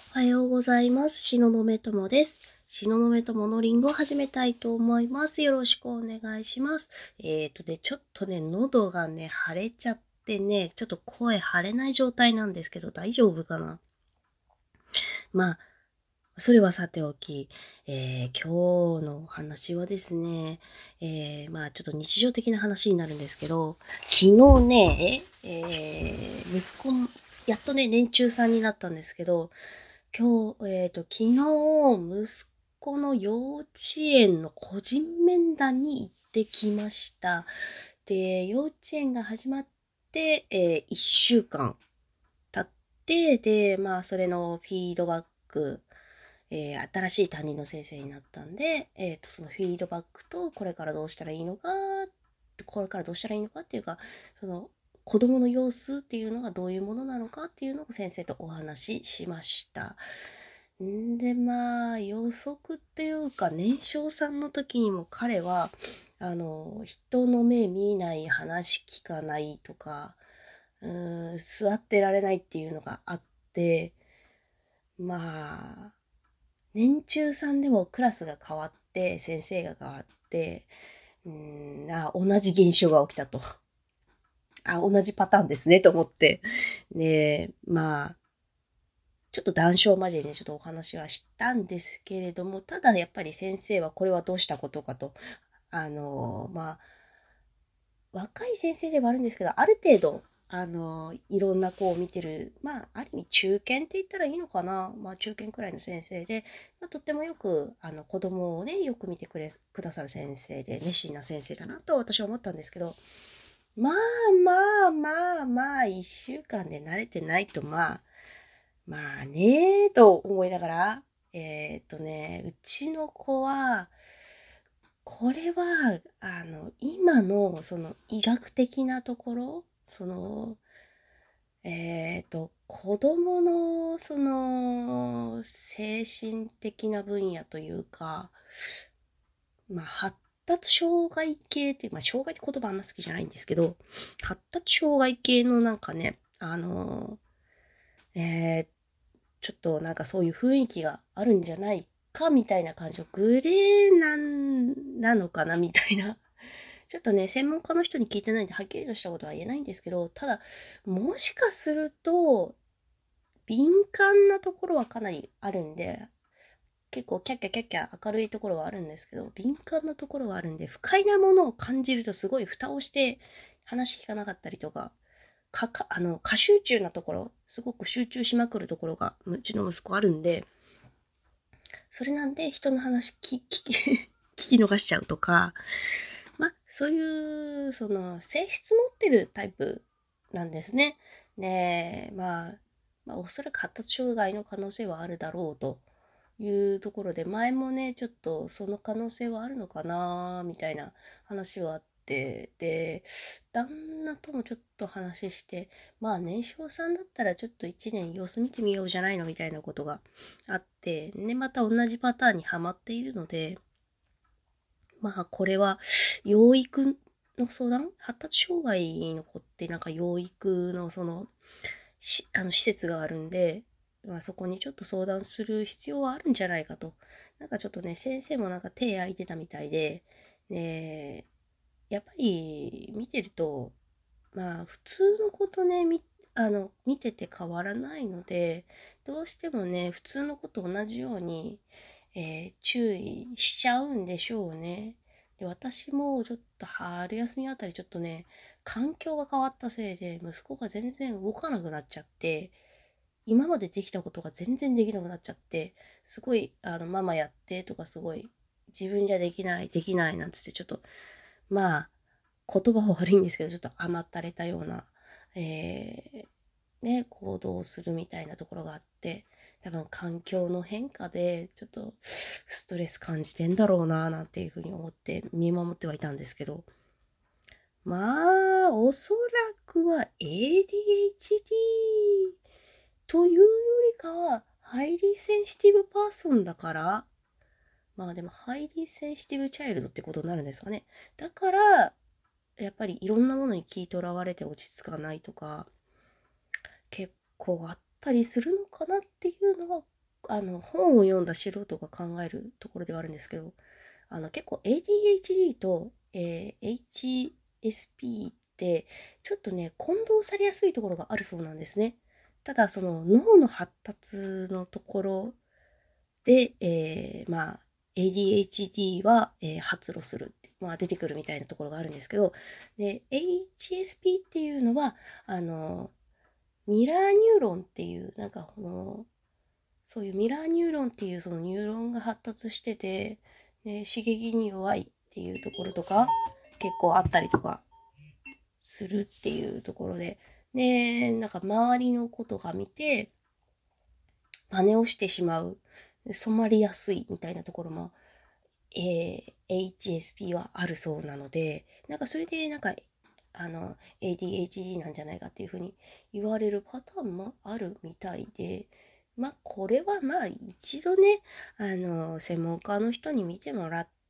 おはようございます。しののめともです。しののめとものリンゴを始めたいと思います。よろしくお願いします。ちょっとね、喉がね、腫れちゃってね、ちょっと声腫れない状態なんですけど、大丈夫かな。まあ、それはさておき、今日のお話はですね、ちょっと日常的な話になるんですけど、昨日ね、息子、やっとね、年中さんになったんですけど、昨日、息子の幼稚園の個人面談に行ってきました。で、幼稚園が始まって、1週間経って、で、それのフィードバック、新しい担任の先生になったんで、そのフィードバックと、これからどうしたらいいのかっていうか、その、子供の様子っていうのがどういうものなのかっていうのを先生とお話ししました。で、予測っていうか、年少さんの時にも彼は、人の目見ない、話聞かないとか、座ってられないっていうのがあって、まあ、年中さんでもクラスが変わって、先生が変わって、同じ現象が起きたと。同じパターンですね、と思って。で、ちょっと談笑交じりでちょっとお話はしたんですけれども、ただやっぱり先生はこれはどうしたことかと、あの、まあ、若い先生ではあるんですけど、ある程度、いろんな子を見てる、ある意味中堅って言ったらいいのかな。中堅くらいの先生で、とってもよく、子供をね、よく見てくださる先生で、熱心な先生だなと私は思ったんですけど、一週間で慣れてないと、と思いながら、うちの子は、これは、今の、その、医学的なところ、子供の、精神的な分野というか、発達障害系って、障害って言葉あんま好きじゃないんですけど、発達障害系のなんかね、えーちょっとなんかそういう雰囲気があるんじゃないかみたいな感じのグレーなのかなみたいな。ちょっとね、専門家の人に聞いてないんで、はっきりとしたことは言えないんですけど、ただ、もしかすると、敏感なところはかなりあるんで、結構キャッキャキャッキャ明るいところはあるんですけど、敏感なところはあるんで、不快なものを感じるとすごい蓋をして話聞かなかったりとか、過集中なところ、すごく集中しまくるところが、うちの息子あるんで、それなんで人の話聞き逃しちゃうとか、そういう、性質持ってるタイプなんですね。で、おそらく発達障害の可能性はあるだろうというところで、前もね、ちょっとその可能性はあるのかな、みたいな話はあって、で、旦那ともちょっと話して、年少さんだったらちょっと一年様子見てみようじゃないのみたいなことがあって、ね、また同じパターンにはまっているので、これは、養育の相談発達障害の子ってなんか養育の施設があるんで、そこにちょっと相談する必要はあるんじゃないかと。なんかちょっとね、先生もなんか手空いてたみたいで、ね、やっぱり見てると、普通のことね、見てて変わらないので、どうしてもね、普通のこと同じように、注意しちゃうんでしょうね。で、私もちょっと春休みあたりちょっとね、環境が変わったせいで、息子が全然動かなくなっちゃって、今までできたことが全然できなくなっちゃって、すごい、ママやってとかすごい、自分じゃできないなんつって、ちょっと、まあ、言葉は悪いんですけど、ちょっと甘ったれたような、行動をするみたいなところがあって、多分環境の変化で、ちょっとストレス感じてんだろうな、なんていうふうに思って見守ってはいたんですけど、おそらくは ADHD というよりかは、ハイリーセンシティブパーソンだから、でも、ハイリーセンシティブチャイルドってことになるんですかね。だから、やっぱりいろんなものに気とらわれて落ち着かないとか、結構あったりするのかなっていうのは本を読んだ素人が考えるところではあるんですけど、結構 ADHD と、HSP ってちょっとね、混同されやすいところがあるそうなんですね。ただ、その脳の発達のところで、ADHD は、発露するって、出てくるみたいなところがあるんですけど、で、HSP っていうのは、ミラーニューロンっていう、そういうミラーニューロンっていうそのニューロンが発達してて、で刺激に弱いっていうところとか結構あったりとかするっていうところで、周りのことが見て真似をしてしまう、染まりやすいみたいなところも、HSP はあるそうなので、それでADHD なんじゃないかっていうふうに言われるパターンもあるみたいで、これは一度ね、専門家の人に見てもらって、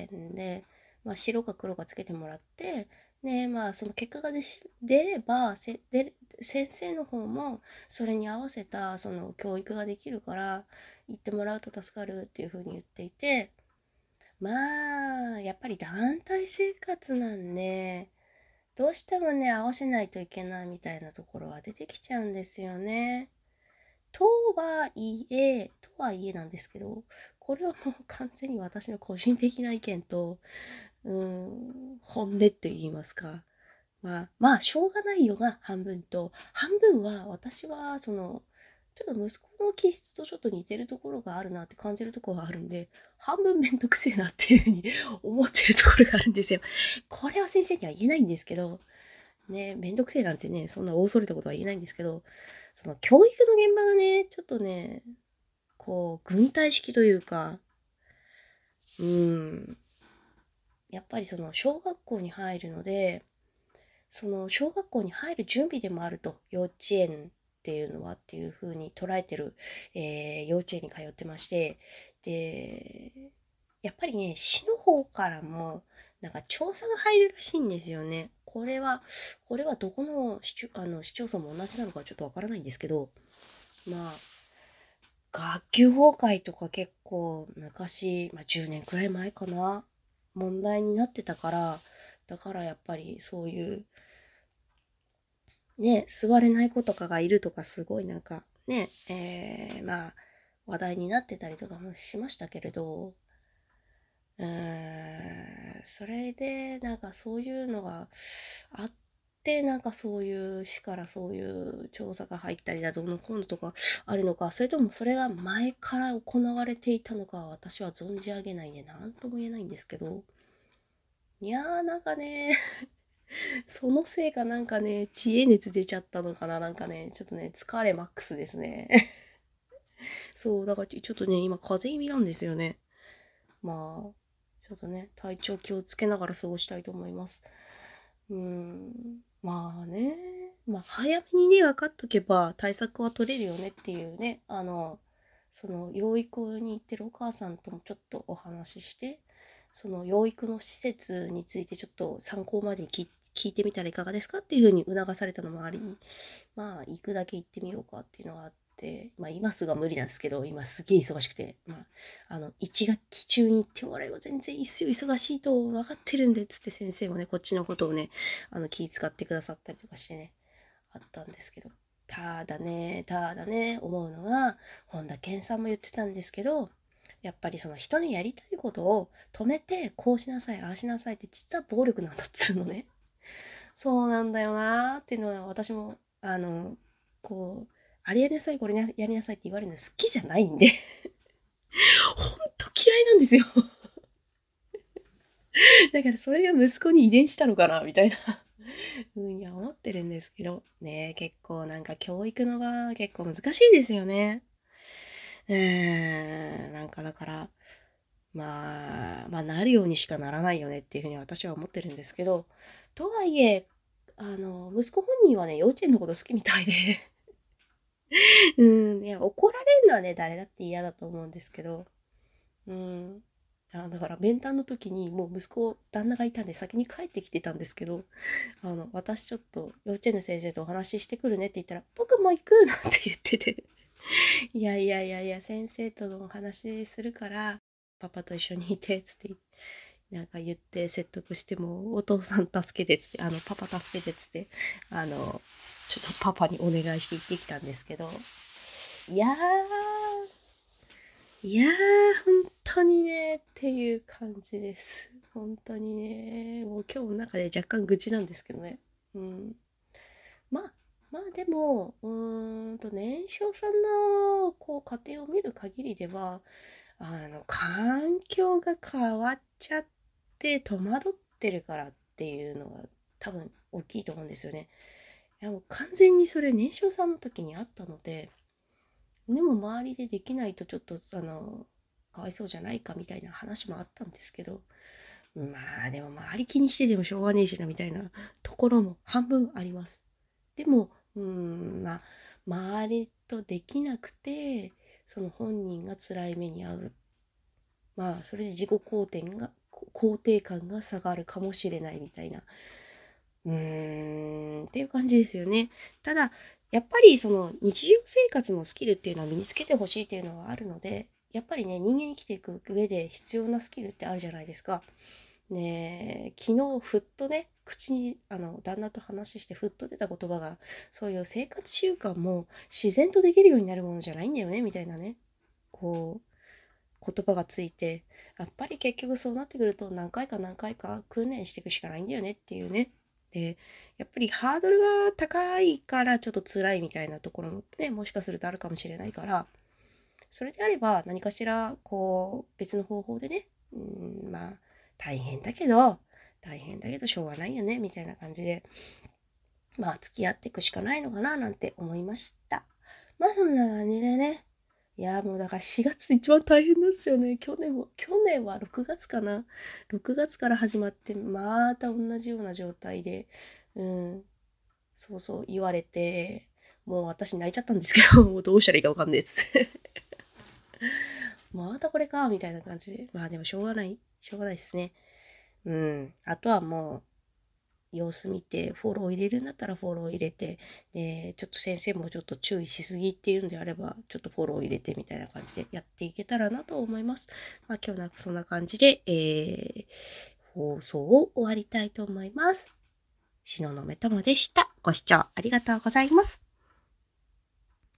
で、白か黒かつけてもらって、その結果が出れば、先生の方もそれに合わせたその教育ができるから言ってもらうと助かるっていうふうに言っていて、やっぱり団体生活なんで、どうしてもね、合わせないといけないみたいなところは出てきちゃうんですよね。とはいえなんですけど、これはもう完全に私の個人的な意見と、本音って言いますか。しょうがないよが半分と、半分は私は、ちょっと息子の気質とちょっと似てるところがあるなって感じるところがあるんで、半分めんどくせえなっていうふうに思ってるところがあるんですよ。これは先生には言えないんですけど、ね、めんどくせえなんてね、そんな大それたことは言えないんですけど、その教育の現場がね、ちょっとね、軍隊式というか、やっぱりその小学校に入るので、その小学校に入る準備でもあると、幼稚園っていうのはっていう風に捉えてる、幼稚園に通ってまして、で、やっぱりね、市の方からも、調査が入るらしいんですよね。これはどこの市町村も同じなのかちょっとわからないんですけど、学級崩壊とか結構昔、10年くらい前かな、問題になってたから、だからやっぱりそういうね、座れない子とかがいるとかすごい話題になってたりとかもしましたけれど、それでそういうのがあって、そういう市からそういう調査が入ったりだどうのこうのとかあるのか、それともそれが前から行われていたのか私は存じ上げないで何とも言えないんですけど、いやーそのせいか知恵熱出ちゃったのかな、ちょっとね、疲れマックスですね。そう、だからちょっとね、今風邪気味なんですよね。ちょっとね、体調気をつけながら過ごしたいと思います。早めにね、分かっとけば対策は取れるよねっていうね、その養育に行ってるお母さんともちょっとお話しして、その養育の施設についてちょっと参考までに聞いてみたらいかがですかっていうふうに促されたのもあり、行くだけ行ってみようかっていうのがあって、今すぐは無理なんですけど、今すげえ忙しくて、1学期中に行ってもらえば全然いいっすよ、忙しいと分かってるんで、つって先生もね、こっちのことをね、気遣ってくださったりとかしてね、あったんですけど、ただね、思うのが、本田健さんも言ってたんですけど、やっぱりその人にやりたいことを止めて、こうしなさい、ああしなさいって実は暴力なんだっつうのね。そうなんだよなーっていうのは私も、あれやりなさい、これやりなさいって言われるの好きじゃないんでほんと嫌いなんですよだからそれが息子に遺伝したのかなみたいな思ってるんですけど、ね、結構教育の場結構難しいですよね。だから、なるようにしかならないよねっていうふうに私は思ってるんですけど、とはいえ、息子本人はね、幼稚園のこと好きみたいでいや、怒られるのはね、誰だって嫌だと思うんですけど、だから面談の時にもう息子、旦那がいたんで先に帰ってきてたんですけど、私ちょっと幼稚園の先生とお話ししてくるねって言ったら、僕も行くなんて言ってて、 いやいやいやいや、先生とのお話するから、パパと一緒にいて、つって、なんか言って説得しても、お父さん助けて、つって、パパ助けて、つって、ちょっとパパにお願いして行ってきたんですけど、いやー、いやー、本当にね、っていう感じです。本当にね、もう今日の中で若干愚痴なんですけどね。うん。まあ、まあでも、年少さんのこう家庭を見る限りでは、環境が変わっちゃって戸惑ってるからっていうのが多分大きいと思うんですよね。いやもう完全にそれ年少さんの時にあったので、でも周りでできないとちょっとかわいそうじゃないかみたいな話もあったんですけど、まあでも周り気にしててもしょうがねえしなみたいなところも半分あります。でも、まあ周りとできなくて、その本人が辛い目に遭う。まあそれで自己肯定感が下がるかもしれないみたいな。っていう感じですよね。ただ、やっぱりその日常生活のスキルっていうのは身につけてほしいっていうのはあるので、やっぱりね、人間生きていく上で必要なスキルってあるじゃないですか。ねえ、昨日ふっとね、口に、旦那と話してふっと出た言葉が、そういう生活習慣も自然とできるようになるものじゃないんだよね、みたいなね、こ言葉がついて、やっぱり結局そうなってくると何回か何回か訓練していくしかないんだよねっていうね。で、やっぱりハードルが高いからちょっと辛いみたいなところもね、もしかするとあるかもしれないから、それであれば何かしらこう別の方法でね、まあ大変だけど、しょうがないよねみたいな感じで、まあ付き合っていくしかないのかななんて思いました。まあそんな感じでね、いやもうだから4月一番大変ですよね。去年は6月かな。6月から始まって、また同じような状態で、うん、そうそう言われて、もう私泣いちゃったんですけど、もうどうしたらいいかわかんないっつって。またこれか、みたいな感じで。まあでもしょうがないですね。あとはもう、様子見て、フォロー入れるんだったらフォロー入れて、で、ちょっと先生もちょっと注意しすぎっていうんであれば、ちょっとフォロー入れてみたいな感じでやっていけたらなと思います。まあ今日なんかそんな感じで、放送を終わりたいと思います。しののめともでした。ご視聴ありがとうございます。